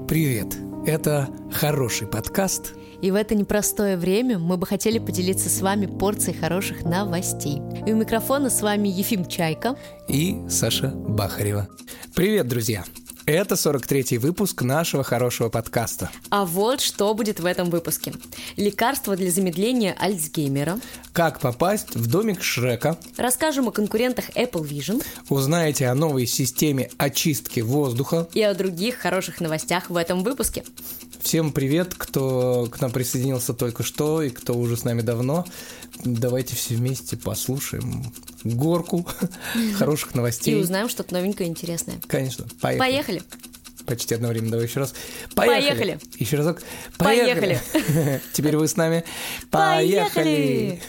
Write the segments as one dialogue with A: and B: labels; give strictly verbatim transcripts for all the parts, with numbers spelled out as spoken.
A: Привет! Это хороший подкаст.
B: И в это непростое время мы бы хотели поделиться с вами порцией хороших новостей. И у микрофона с вами Ефим Чайка
A: и Саша Бахарева. Привет, друзья! Это сорок третий выпуск нашего хорошего подкаста.
B: А вот что будет в этом выпуске. Лекарства для замедления Альцгеймера.
A: Как попасть в домик Шрека.
B: Расскажем о конкурентах Apple Vision.
A: Узнаете о новой системе очистки воздуха.
B: И о других хороших новостях в этом выпуске.
A: Всем привет, кто к нам присоединился только что и кто уже с нами давно. Давайте все вместе послушаем горку хороших новостей.
B: И узнаем что-то новенькое и интересное.
A: Конечно. Поехали.
B: Поехали.
A: Почти одновременно. Давай еще раз. Поехали.
B: Поехали.
A: Еще разок.
B: Поехали.
A: Поехали. Теперь вы с нами. Поехали.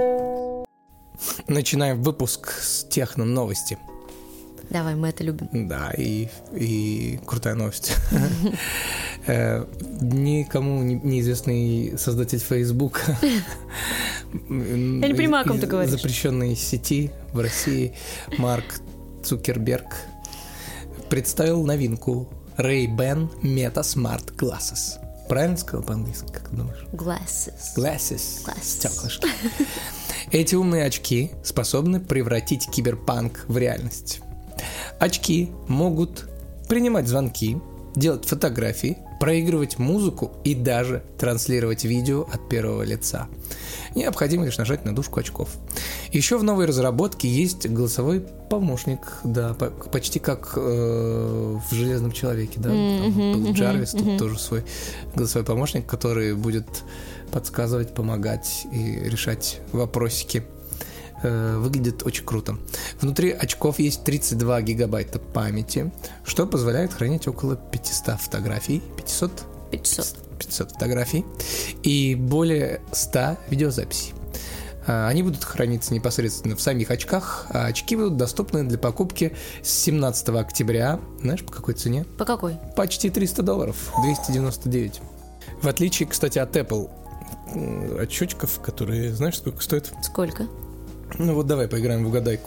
A: Начинаем выпуск с техно-новости.
B: Давай, мы это любим.
A: Да, и, и крутая новость. Никому неизвестный создатель Facebook,
B: Я не понимаю, о ком ты говоришь.
A: Запрещенной сети в России, Марк Цукерберг представил новинку Ray-Ban Meta Smart Glasses. Правильно сказал по-английски, как ты думаешь?
B: Glasses.
A: Glasses.
B: Glasses.
A: Стеклышки. Эти умные очки способны превратить киберпанк в реальность. Очки могут принимать звонки, делать фотографии, проигрывать музыку и даже транслировать видео от первого лица. Необходимо лишь нажать на дужку очков. Еще в новой разработке есть голосовой помощник, да, почти как э, в «Железном человеке», да, mm-hmm, там был Джарвис, mm-hmm. тут тоже свой голосовой помощник, который будет подсказывать, помогать и решать вопросики. Выглядит очень круто. Внутри очков есть тридцать два гигабайта памяти, что позволяет хранить около пятьсот фотографий, пятьсот?
B: пятьсот.
A: пятьсот фотографий и более ста видеозаписей. Они будут храниться непосредственно в самих очках, а очки будут доступны для покупки с семнадцатого октября. Знаешь, по какой цене?
B: По какой?
A: Почти триста долларов, двести девяносто девять. В отличие, кстати, от Apple очечков, которые, знаешь, сколько стоят?
B: Сколько?
A: Ну вот давай поиграем в угадайку.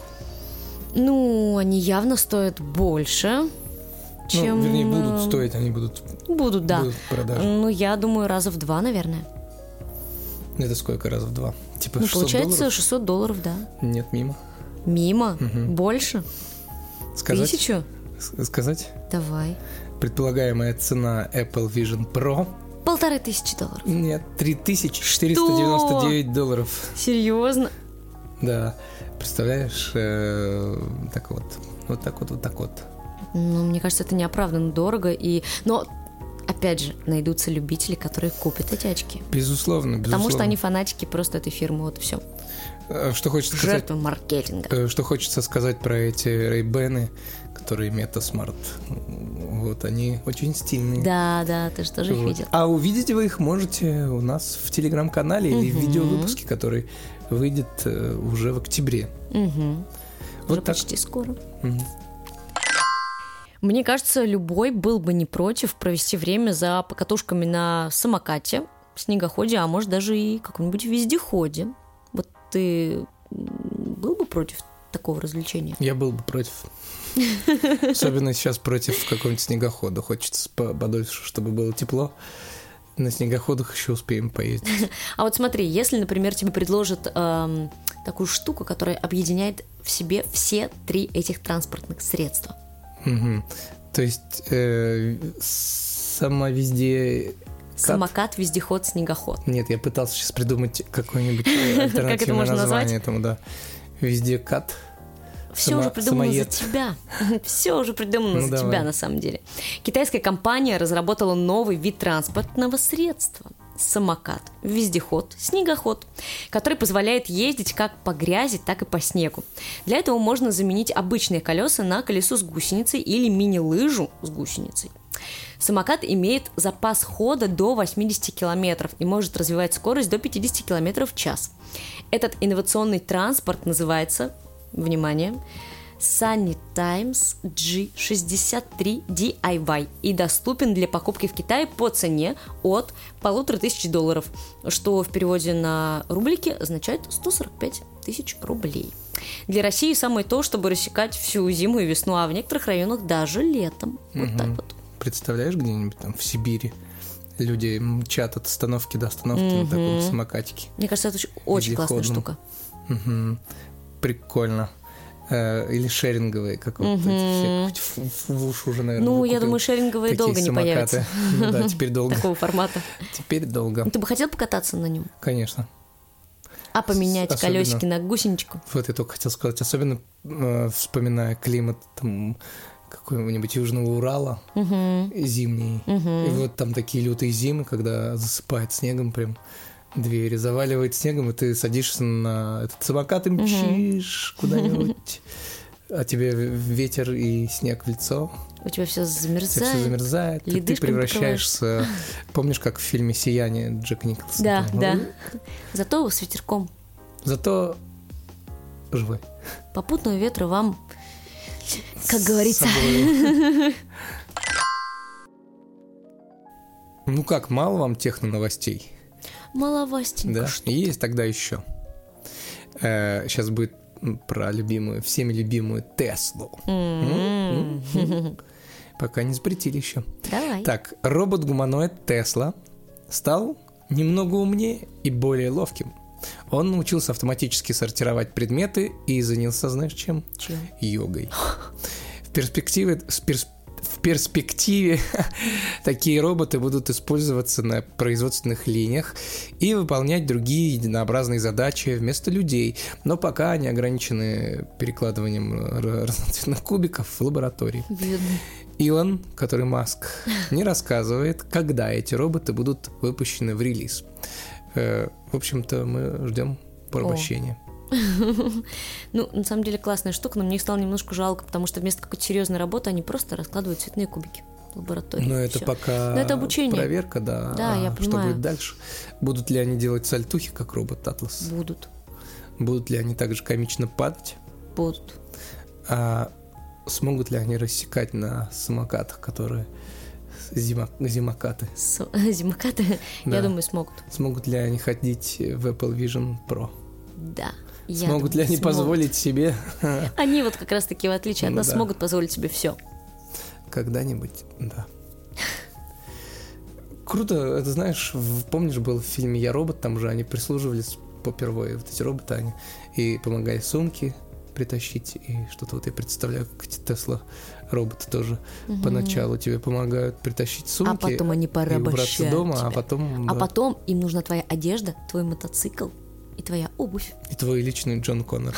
B: Ну, они явно стоят больше, чем...
A: Ну, вернее, будут стоить, они будут...
B: Будут, да.
A: Будут в продаже.
B: Ну, я думаю, раза в два, наверное.
A: Это сколько раза в два? Типа
B: ну,
A: шестьсот
B: получается,
A: долларов?
B: шестьсот долларов, да.
A: Нет, мимо.
B: Мимо?
A: Угу.
B: Больше?
A: Сказать?
B: Тысячу?
A: С- сказать?
B: Давай.
A: Предполагаемая цена Apple Vision Pro...
B: Полторы тысячи долларов.
A: Нет, три тысячи четыреста девяносто девять долларов.
B: Серьезно?
A: Да, представляешь, э, так вот, вот так вот, вот так вот.
B: Ну, мне кажется, это неоправданно дорого, и... но, опять же, найдутся любители, которые купят эти очки.
A: Безусловно, безусловно.
B: Потому что они фанатики просто этой фирмы, вот и все.
A: Что хочется сказать,
B: жертвы маркетинга.
A: Что хочется сказать про эти Ray-Ban, которые Meta Smart. Вот, они очень стильные.
B: Да, да, ты же тоже
A: вот.
B: их видел.
A: А увидеть вы их можете у нас в телеграм-канале или в видеовыпуске, который выйдет э, уже в октябре.
B: Угу.
A: Вот
B: уже
A: так.
B: почти скоро.
A: Угу.
B: Мне кажется, любой был бы не против провести время за покатушками на самокате, снегоходе, а может даже и каком-нибудь вездеходе. Вот ты был бы против такого развлечения?
A: Я был бы против. Особенно сейчас против какого-нибудь снегохода. Хочется подольше, чтобы было тепло. На снегоходах еще успеем поездить.
B: А вот смотри, если, например, тебе предложат эм, такую штуку, которая объединяет в себе все три этих транспортных средства.
A: Угу. То есть э, самовезде...
B: Самокат, вездеход, снегоход.
A: Нет, я пытался сейчас придумать какое-нибудь альтернативное название этому, да. Вездекат.
B: Все уже придумано за тебя. Все уже придумано за тебя, на самом деле. Китайская компания разработала новый вид транспортного средства. Самокат, вездеход, снегоход, который позволяет ездить как по грязи, так и по снегу. Для этого можно заменить обычные колеса на колесо с гусеницей или мини-лыжу с гусеницей. Самокат имеет запас хода до восемьдесят километров и может развивать скорость до пятьдесят километров в час. Этот инновационный транспорт называется, внимание, Sunny Times джи шестьдесят три ди ай вай и доступен для покупки в Китае по цене от полутора тысяч долларов, что в переводе на рублики означает сто сорок пять тысяч рублей. Для России самое то, чтобы рассекать всю зиму и весну, а в некоторых районах даже летом. Вот
A: угу.
B: так вот.
A: представляешь, где-нибудь там в Сибири люди мчат от остановки до остановки mm-hmm. на таком самокатике.
B: Мне кажется, это очень, очень классная штука.
A: Угу. Прикольно. Или шеринговые, как вот угу. эти все в уши уже, наверное.
B: Ну, я думаю, шеринговые долго не
A: самокаты.
B: Появятся.
A: Ну да, теперь долго.
B: Такого формата.
A: Теперь долго.
B: Ты бы хотел покататься на нем?
A: Конечно.
B: А поменять особенно, колесики на гусеничку?
A: Вот я только хотел сказать, особенно э, вспоминая климат там какого-нибудь Южного Урала, угу. зимний. Угу. И вот там такие лютые зимы, когда засыпает снегом прям. Двери заваливает снегом, и ты садишься на этот самокат и мчишь угу. куда-нибудь, а тебе ветер и снег в лицо.
B: У тебя все замерзает.
A: Все замерзает, и ты превращаешься... Помнишь, как в фильме «Сияние» Джека Николсона?
B: Да, там, да. Зато с ветерком.
A: Зато живой.
B: Попутного ветра вам, как говорится.
A: Ну как, мало вам техно-новостей?
B: Маловастенько.
A: Да,
B: что-то.
A: Есть тогда еще. Э, сейчас будет про любимую, всеми любимую Теслу.
B: Mm-hmm.
A: Mm-hmm. Пока не запретили еще.
B: Давай.
A: Так, робот-гуманоид Тесла стал немного умнее и более ловким. Он научился автоматически сортировать предметы и занялся, знаешь, чем?
B: Чем?
A: Йогой. В перспективе... В перс... В перспективе такие роботы будут использоваться на производственных линиях и выполнять другие единообразные задачи вместо людей, но пока они ограничены перекладыванием разноцветных кубиков в лаборатории.
B: Бедный.
A: Илон, который Маск, не рассказывает, когда эти роботы будут выпущены в релиз. В общем-то, мы ждем порабощения.
B: Ну, на самом деле классная штука, но мне их стало немножко жалко, потому что вместо какой-то серьезной работы они просто раскладывают цветные кубики в лаборатории.
A: Но это пока
B: но это обучение.
A: Проверка, да.
B: Да, я понимаю.
A: Что будет дальше? Будут ли они делать сальтухи, как робот Атлас?
B: Будут.
A: Будут ли они также комично падать?
B: Будут.
A: А смогут ли они рассекать на самокатах, которые зима... зимокаты?
B: С... Зимокаты? Да. Я думаю, смогут.
A: Смогут ли они ходить в Apple Vision Pro?
B: Да.
A: Смогут
B: думаю,
A: ли они
B: смогут.
A: позволить себе?
B: Они вот как раз-таки, в отличие от
A: ну,
B: нас,
A: да.
B: смогут позволить себе все.
A: Когда-нибудь, да. Круто, это знаешь, помнишь, был в фильме «Я робот», там же они прислуживались попервые, вот эти роботы, они и помогали сумки притащить, и что-то вот я представляю, как эти Тесла роботы тоже угу. поначалу тебе помогают притащить сумки,
B: а потом они порабощают
A: и убраться дома,
B: тебя.
A: а потом...
B: А
A: да.
B: потом им нужна твоя одежда, твой мотоцикл и твоя обувь.
A: И твой личный Джон Коннор.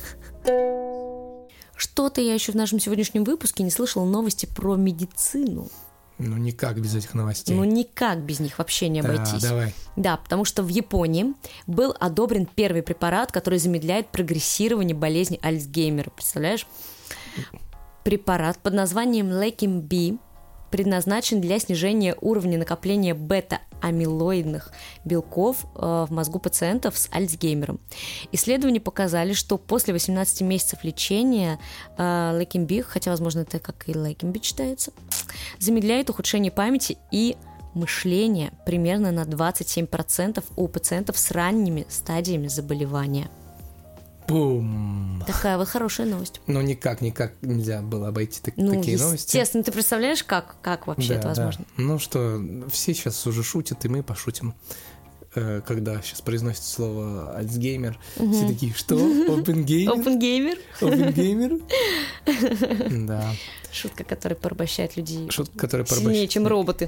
B: Что-то я еще в нашем сегодняшнем выпуске не слышала новости про медицину.
A: Ну, никак без этих новостей.
B: Ну, никак без них вообще не обойтись.
A: Да, давай.
B: Да, потому что в Японии был одобрен первый препарат, который замедляет прогрессирование болезни Альцгеймера. Представляешь? Препарат под названием Leqembi предназначен для снижения уровня накопления бета-амилоидных белков в мозгу пациентов с Альцгеймером. Исследования показали, что после восемнадцати месяцев лечения Leqembi, хотя, возможно, это как и Leqembi читается, замедляет ухудшение памяти и мышления примерно на двадцать семь процентов у пациентов с ранними стадиями заболевания.
A: Бум.
B: Такая вот хорошая новость.
A: Но никак, никак нельзя было обойти так,
B: ну,
A: такие новости.
B: Естественно, ты представляешь, как, как вообще
A: да,
B: это возможно?
A: Да. Ну что, все сейчас уже шутят, и мы пошутим. Когда сейчас произносится слово Альцгеймер, угу. все такие, что? Опенгеймер?
B: Опенгеймер?
A: Опенгеймер? Да.
B: Шутка, которая порабощает людей.
A: Шутка, которая порабощает.
B: Сильнее, чем роботы.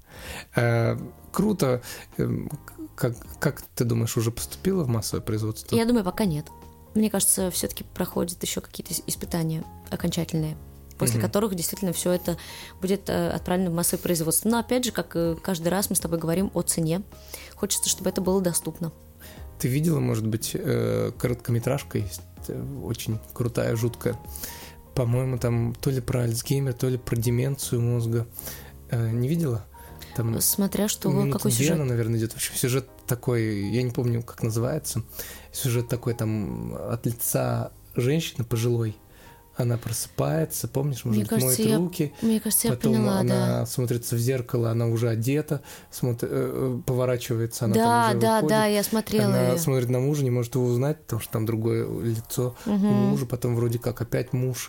A: Круто. Как, как ты думаешь, уже поступило в массовое производство?
B: Я думаю, пока нет. Мне кажется, все-таки проходят еще какие-то испытания окончательные, после mm-hmm. которых действительно все это будет отправлено в массовое производство. Но опять же, как и каждый раз мы с тобой говорим о цене. Хочется, чтобы это было доступно.
A: Ты видела, может быть, короткометражка есть, очень крутая, жуткая. По-моему, там то ли про Альцгеймер, то ли про деменцию мозга. Не видела? Там
B: смотря что, какой сюжет.
A: Вена, наверное, идет. В общем, сюжет такой, я не помню, как называется. Сюжет такой, там, от лица женщины пожилой. Она просыпается, помнишь, может быть, моет
B: я,
A: руки.
B: Мне кажется, я
A: потом
B: поняла,
A: она
B: да.
A: смотрится в зеркало, она уже одета, смотри, э, поворачивается, она
B: да,
A: там уже
B: да,
A: выходит.
B: Да, я смотрела
A: Она
B: ее.
A: смотрит на мужа, не может его узнать, потому что там другое лицо
B: угу.
A: у мужа, потом вроде как опять муж.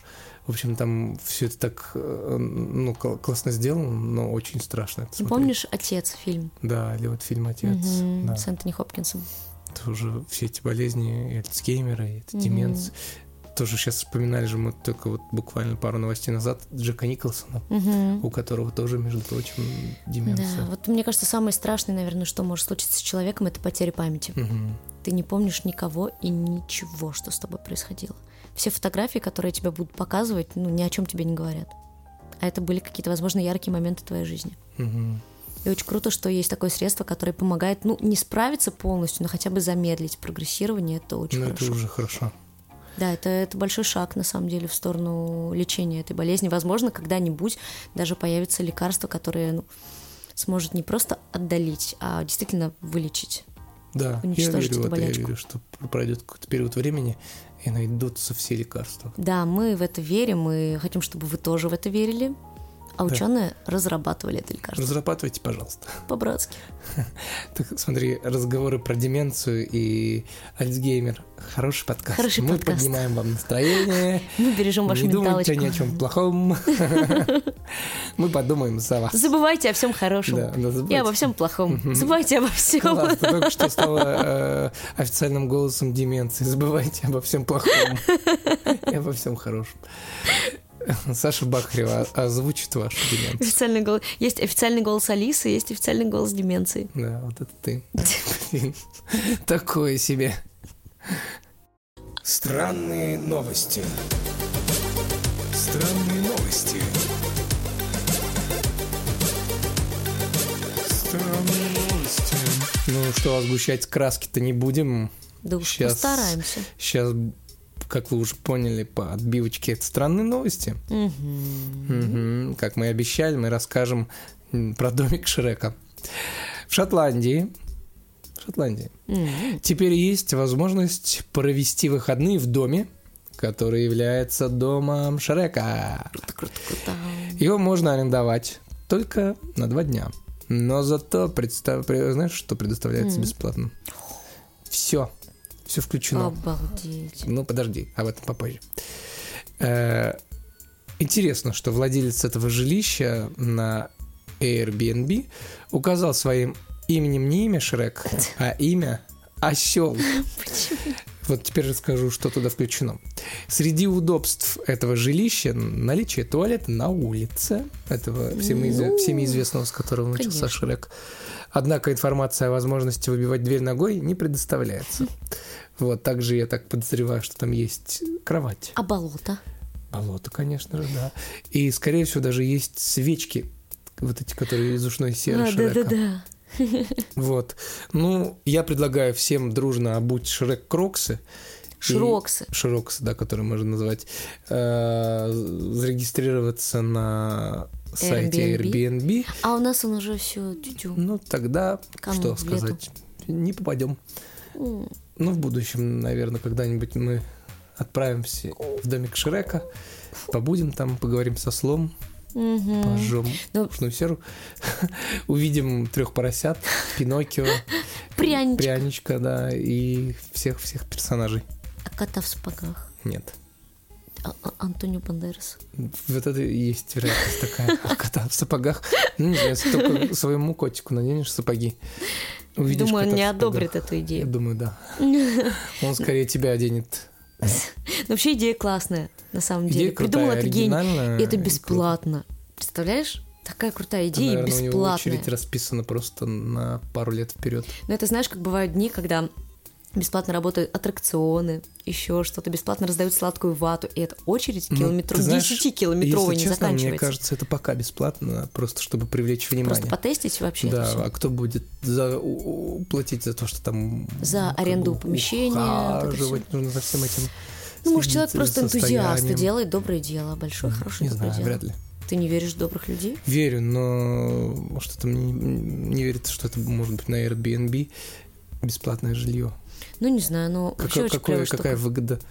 A: В общем, там все это так, ну, классно сделано, но очень страшно это смотреть.
B: Помнишь «Отец» фильм?
A: Да, или вот фильм «Отец».
B: Угу,
A: да.
B: с Энтони Хопкинсом.
A: Тоже все эти болезни, и Альцгеймера, и это угу. деменция. Тоже сейчас вспоминали же мы только вот буквально пару новостей назад Джека Николсона, угу. у которого тоже, между прочим, деменция.
B: Да, вот мне кажется, самое страшное, наверное, что может случиться с человеком, это потеря памяти. Угу. Ты не помнишь никого и ничего, что с тобой происходило. Все фотографии, которые тебе будут показывать, ну, ни о чем тебе не говорят. А это были какие-то, возможно, яркие моменты твоей жизни. Угу. И очень круто, что есть такое средство, которое помогает, ну, не справиться полностью, но хотя бы замедлить прогрессирование. Это очень
A: ну,
B: хорошо.
A: Это уже хорошо.
B: Да, это, это большой шаг, на самом деле, в сторону лечения этой болезни. Возможно, когда-нибудь даже появится лекарство, которое ну, сможет не просто отдалить, а действительно вылечить.
A: Да, я верю в это, я верю, что пройдет какой-то период времени, и найдутся все лекарства.
B: Да, мы в это верим, и хотим, чтобы вы тоже в это верили. А ученые да. разрабатывали это лекарство.
A: Разрабатывайте, пожалуйста.
B: По-братски.
A: Так, смотри, разговоры про деменцию и Альцгеймер. Хороший подкаст.
B: Хороший
A: Мы
B: подкаст.
A: поднимаем вам настроение.
B: Мы бережем вашу
A: не
B: менталочку.
A: Не думайте ни о чем плохом. Мы подумаем за вас.
B: Забывайте о всем хорошем
A: да, да,
B: и обо всем плохом. Забывайте обо всем.
A: Класс, ты только что стала э, официальным голосом деменции. Забывайте обо всем плохом и обо всем хорошем. Саша Бахарева озвучит вашу деменцию.
B: Официальный голос. Есть официальный голос Алисы, есть официальный голос деменции.
A: Да, вот это ты. Такое себе. Странные новости. Странные новости. Странные новости. Ну что, сгущать краски-то не будем.
B: Да уж постараемся.
A: Сейчас... Как вы уже поняли по отбивочке, это странные новости.
B: Mm-hmm.
A: Угу. Как мы и обещали, мы расскажем про домик Шрека. В Шотландии, в Шотландии mm-hmm. теперь есть возможность провести выходные в доме, который является домом Шрека.
B: Круто, круто, круто.
A: Его можно арендовать только на два дня. Но зато, представ... знаешь, что предоставляется mm-hmm. бесплатно? Все. Все включено.
B: Обалдеть.
A: Ну, подожди, об этом попозже. Э-э- интересно, что владелец этого жилища на Airbnb указал своим именем не имя Шрек, а имя Осел.
B: Почему?
A: Вот теперь расскажу, что туда включено. Среди удобств этого жилища наличие туалета на улице, этого всем, изв... всеми известного, с которого начался Конечно. Шрек. Однако информация о возможности выбивать дверь ногой не предоставляется. Вот, также я так подозреваю, что там есть кровать.
B: А болото?
A: Болото, конечно же, да. И, скорее всего, даже есть свечки, вот эти, которые из ушной серы
B: а,
A: Шрека.
B: Да-да-да.
A: Вот. Ну, я предлагаю всем дружно обуть Шрек-кроксы.
B: Шроксы.
A: Шроксы, да, которые можно назвать. Э- зарегистрироваться на сайте Airbnb.
B: Airbnb. А у нас он уже все тю-тю.
A: Ну, тогда, Кому? Что сказать, не попадем.
B: Mm.
A: Ну, в будущем, наверное, когда-нибудь мы отправимся в домик Шрека, побудем там, поговорим со слом,
B: mm-hmm.
A: пожжем
B: ну...
A: ушную серу, увидим трех поросят, Пиноккио,
B: Пряничка.
A: Пряничка, да, и всех-всех персонажей.
B: А кота в сапогах?
A: Нет.
B: А- а- Антонио Бандерас.
A: Вот это и есть вероятность такая. А кота в сапогах? Ну, не знаю, если только своему котику наденешь сапоги. Увидишь
B: Думаю, он не
A: сапогах.
B: одобрит эту идею.
A: Я думаю, да. Он скорее тебя оденет.
B: Но вообще идея классная, на самом
A: идея
B: деле. Придумал это гений.
A: И
B: это бесплатно. Представляешь? Такая крутая идея,
A: наверное,
B: бесплатная.
A: У него очередь расписана просто на пару лет вперед.
B: Ну, это знаешь, как бывают дни, когда бесплатно работают аттракционы, еще что-то, бесплатно раздают сладкую вату, и это очередь километров, ну, десятикилометровой не
A: честно,
B: заканчивается.
A: Мне кажется, это пока бесплатно, просто чтобы привлечь внимание.
B: Просто потестить вообще.
A: Да, а кто будет за, у, платить за то, что там...
B: За аренду бы, помещения.
A: Ухаживать нужно за всем этим.
B: Ну, может, человек просто энтузиаст и делает доброе дело, большое, хорошее
A: не
B: доброе
A: знаю,
B: дело.
A: Вряд ли.
B: Ты не веришь в добрых людей?
A: Верю, но что-то мне не верится, что это может быть на Airbnb бесплатное жилье.
B: Ну, не знаю, но
A: Какое,
B: вообще очень
A: какое, какая выгода?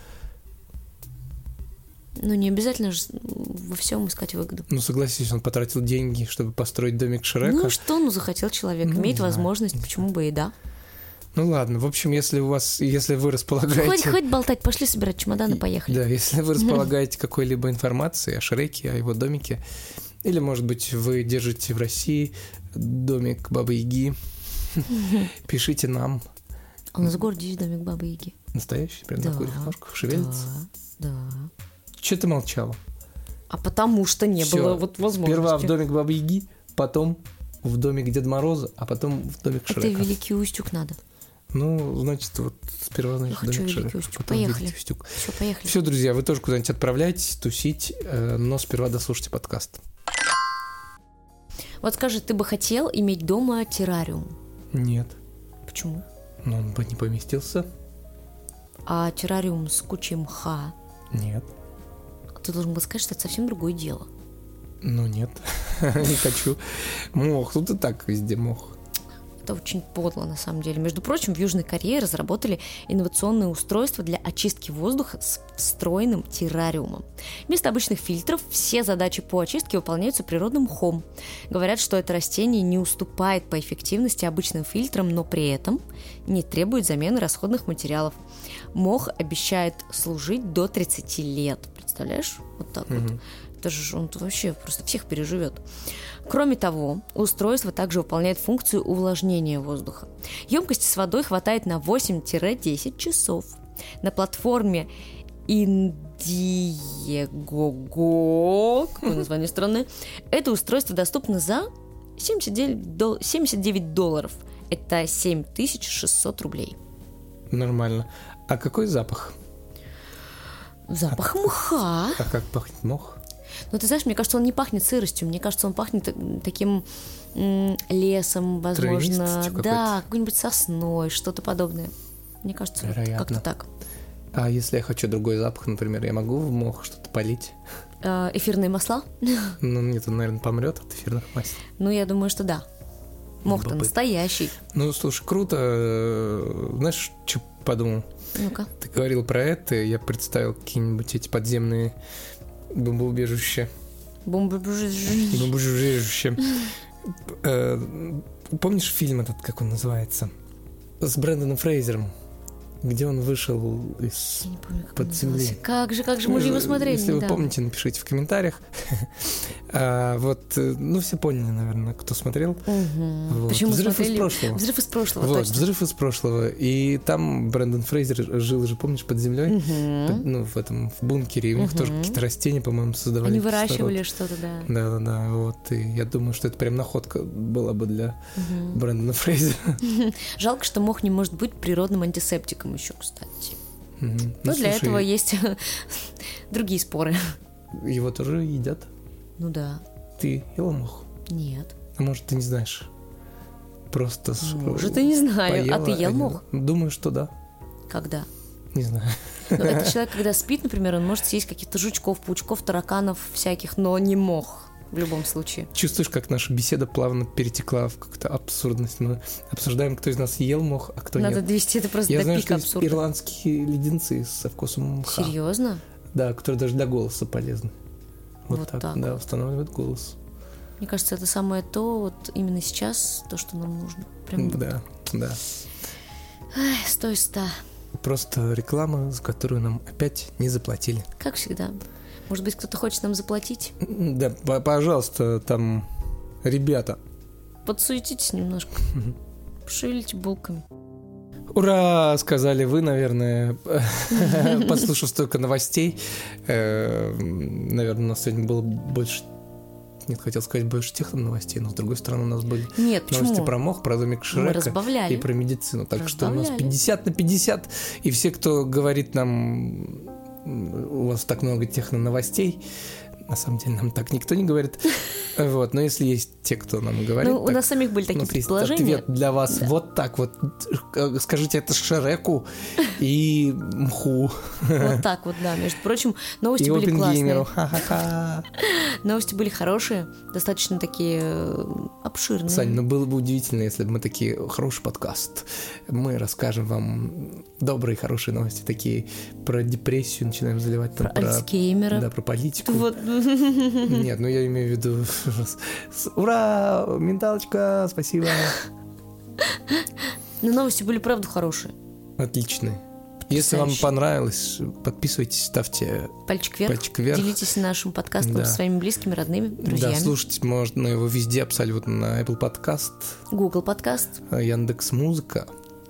B: Ну, не обязательно же во всем искать выгоду.
A: Ну, согласись, он потратил деньги, чтобы построить домик Шрека.
B: Ну, что, ну, захотел человек,
A: ну,
B: имеет
A: знаю,
B: возможность, почему бы и да.
A: Ну ладно, в общем, если у вас, если вы располагаете...
B: Хоть, хоть болтать, пошли собирать чемоданы, поехали.
A: Да, если вы располагаете какой-либо информацией о Шреке, о его домике, или, может быть, вы держите в России домик Бабы-Яги, пишите нам.
B: А у нас в городе есть домик Бабы-Яги.
A: Настоящий? Прям на курьих ножках шевелится?
B: Да, да.
A: Чего ты молчала?
B: А потому что не
A: Всё.
B: было вот возможности.
A: Сперва в домик Бабы-Яги, потом в домик Деда Мороза, а потом в домик Шрека.
B: Это Великий Устюг надо.
A: Ну, значит, вот сперва, значит,
B: Я
A: домик
B: хочу
A: Шрека.
B: Устюг. Поехали.
A: Устюг.
B: Все, поехали.
A: Все, друзья, вы тоже куда-нибудь отправляйтесь, тусить, но сперва дослушайте подкаст.
B: Вот скажи, ты бы хотел иметь дома террариум?
A: Нет.
B: Почему?
A: Ну, он бы не поместился.
B: А террариум с кучей мха?
A: Нет.
B: Ты должен был сказать, что это совсем другое дело.
A: Ну, нет. Не хочу. Мох, тут и так везде мох.
B: Это очень подло, на самом деле. Между прочим, в Южной Корее разработали инновационное устройство для очистки воздуха с встроенным террариумом. Вместо обычных фильтров все задачи по очистке выполняются природным мхом. Говорят, что это растение не уступает по эффективности обычным фильтрам, но при этом не требует замены расходных материалов. Мох обещает служить до тридцати лет. Представляешь? Вот так mm-hmm. вот. Это же он вообще просто всех переживет. Кроме того, устройство также выполняет функцию увлажнения воздуха. Емкости с водой хватает на восемь-десять часов. На платформе Indiegogo, какое название страны, это устройство доступно за семьдесят девять долларов. Это семь тысяч шестьсот рублей.
A: Нормально. А какой запах?
B: Запах
A: а,
B: мха.
A: А как пахнет мох?
B: Ну, ты знаешь, мне кажется, он не пахнет сыростью, мне кажется, он пахнет таким м- лесом, возможно, да, какой-нибудь сосной, что-то подобное. Мне кажется, вот как-то так.
A: А если я хочу другой запах, например, я могу в мох что-то полить?
B: Э, эфирные масла?
A: Ну, нет, он, наверное, помрет от эфирных масел.
B: Ну, я думаю, что да. Мох-то настоящий.
A: Ну, слушай, круто. Знаешь, что подумал?
B: Ну-ка.
A: Ты говорил про это, я представил какие-нибудь эти подземные бомбоубежища.
B: Бомбоубежища.
A: Бомбоубежища. Помнишь фильм этот, как он называется? С Брэндоном Фрейзером, где он вышел из под земли.
B: Как же, как же, мы же его смотрели.
A: Если вы помните, напишите в комментариях. А, вот, ну, все поняли, наверное, кто смотрел.
B: Угу.
A: Вот.
B: Почему
A: «Взрыв
B: смотрели?
A: из прошлого».
B: «Взрыв из прошлого»,
A: вот,
B: точно.
A: «Взрыв из прошлого». И там Брэндон Фрейзер жил же, помнишь, под землей,
B: угу.
A: под, ну, в этом, в бункере. И у них
B: угу.
A: тоже какие-то растения, по-моему, создавали.
B: Они выращивали что-то, да.
A: Да-да-да, вот. И я думаю, что это прям находка была бы для угу. Брэндона Фрейзера.
B: Жалко, что мох не может быть природным антисептиком еще, кстати.
A: Угу.
B: Но
A: ну,
B: для
A: слушай,
B: этого есть другие споры.
A: Его тоже едят?
B: Ну да.
A: Ты ела мох?
B: Нет.
A: А может, ты не знаешь? Просто...
B: Может, я не знаю.
A: Поела,
B: а ты ел мох?
A: Думаю, что да.
B: Когда?
A: Не знаю.
B: Ну, это человек, когда спит, например, он может съесть каких-то жучков, паучков, тараканов всяких, но не мох. В любом случае.
A: Чувствуешь, как наша беседа плавно перетекла в какую-то абсурдность. Мы обсуждаем, кто из нас ел мох, а кто
B: Надо
A: нет.
B: Надо довести это просто
A: Я
B: до
A: знаю,
B: пика
A: что
B: абсурда.
A: Есть ирландские леденцы со вкусом мха.
B: Серьезно?
A: Да, которые даже для голоса полезны. Вот, вот так, так, да, устанавливает голос.
B: Мне кажется, это самое то, вот именно сейчас, то, что нам нужно. Прям
A: да,
B: вот.
A: да.
B: Ай, сто из ста.
A: Просто реклама, за которую нам опять не заплатили.
B: Как всегда. Может быть, кто-то хочет нам заплатить?
A: Да, пожалуйста, там, ребята.
B: Подсуетитесь немножко. Пошевелите булками.
A: Ура, сказали вы, наверное, послушав столько новостей. Наверное, у нас сегодня было больше... Нет, хотел сказать больше тех новостей, но с другой стороны у нас были
B: Нет,
A: новости
B: почему?
A: про мох, про домик Шрека и про медицину. Так разбавляли. Что у нас пятьдесят на пятьдесят. И все, кто говорит нам, у вас так много техно-новостей, на самом деле нам так никто не говорит. Вот, но если есть те, кто нам говорит...
B: Ну, у нас самих были такие предположения.
A: Ответ для вас вот так вот. Скажите это Шреку и мху.
B: Вот так вот, да. Между прочим, новости были классные. Новости были хорошие, достаточно такие обширные.
A: Сань, ну было бы удивительно, если бы мы такие, хороший подкаст, мы расскажем вам добрые, хорошие новости, такие про депрессию начинаем заливать.
B: Про Альцгеймера.
A: Да, про политику.
B: Вот.
A: Нет, ну я имею в виду... Ура! Менталочка, спасибо!
B: Но новости были, правда, хорошие.
A: Отличные. Если вам понравилось, подписывайтесь, ставьте
B: пальчик вверх,
A: пальчик вверх.
B: Делитесь нашим подкастом
A: да.
B: со своими близкими, родными, друзьями.
A: Да, слушать можно его везде абсолютно. На Apple Podcast,
B: Google Podcast,
A: Яндекс.Музыка,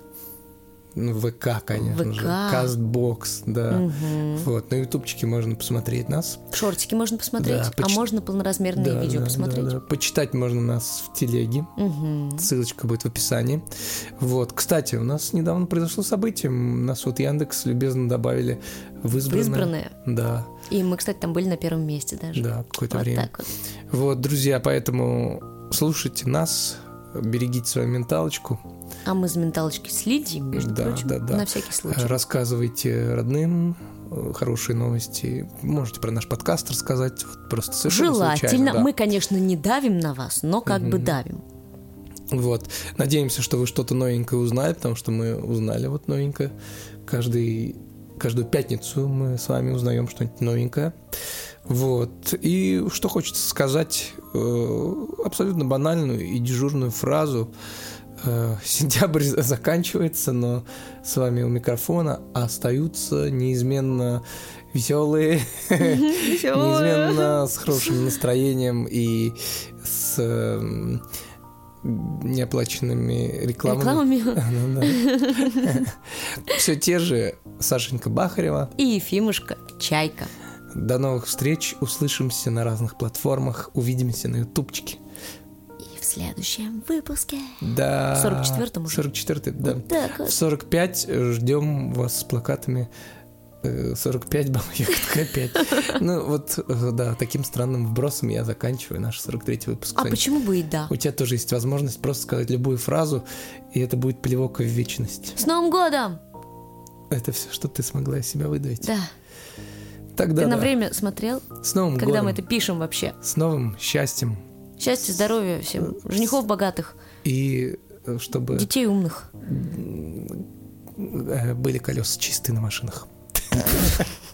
A: ВК, конечно
B: ВК.
A: же, Кастбокс, да.
B: Угу.
A: Вот, на ютубчике можно посмотреть нас.
B: Шортики можно посмотреть,
A: да, поч...
B: а можно полноразмерные
A: да,
B: видео
A: да,
B: посмотреть.
A: Да, да. Почитать можно нас в телеге.
B: Угу.
A: Ссылочка будет в описании. Вот, кстати, у нас недавно произошло событие. Нас вот Яндекс любезно добавили в избранное.
B: избранное.
A: Да.
B: И мы, кстати, там были на первом месте даже.
A: Да, какое-то
B: вот
A: время.
B: Так вот.
A: Вот, друзья, поэтому слушайте нас, берегите свою менталочку.
B: А мы за менталочки следим, между
A: да,
B: прочим,
A: да, да.
B: на всякий случай.
A: Рассказывайте родным хорошие новости. Можете про наш подкаст рассказать. Вот просто совершенно
B: Желательно.
A: случайно, да.
B: Мы, конечно, не давим на вас, но как mm-hmm. бы давим.
A: Вот. Надеемся, что вы что-то новенькое узнали, потому что мы узнали вот новенькое. Каждый, каждую пятницу мы с вами узнаем что-нибудь новенькое. Вот. И что хочется сказать, абсолютно банальную и дежурную фразу. Сентябрь заканчивается, но с вами у микрофона остаются неизменно веселые, неизменно с хорошим настроением и с неоплаченными рекламами.
B: Рекламами.
A: Все те же Сашенька Бахарева
B: и Ефимушка Чайка.
A: До новых встреч, услышимся на разных платформах, увидимся на ютубчике.
B: В следующем выпуске.
A: Да.
B: В сорок четвёртом уже.
A: сорок четвёртый, да.
B: Вот так вот.
A: В сорок пять ждем вас с плакатами. сорок пять баллов, ягодка опять. Ну вот, да, таким странным вбросом я заканчиваю наш сорок третий выпуск.
B: А почему бы и да?
A: У тебя тоже есть возможность просто сказать любую фразу, и это будет плевок в вечность.
B: С Новым годом!
A: Это все, что ты смогла из себя выдавить.
B: Да.
A: Тогда
B: ты
A: да.
B: на время смотрел?
A: С Новым
B: когда
A: годом.
B: Когда мы это пишем вообще?
A: С новым счастьем.
B: Счастья, здоровья всем. Женихов богатых.
A: И чтобы...
B: Детей умных.
A: Были колеса чистые на машинах.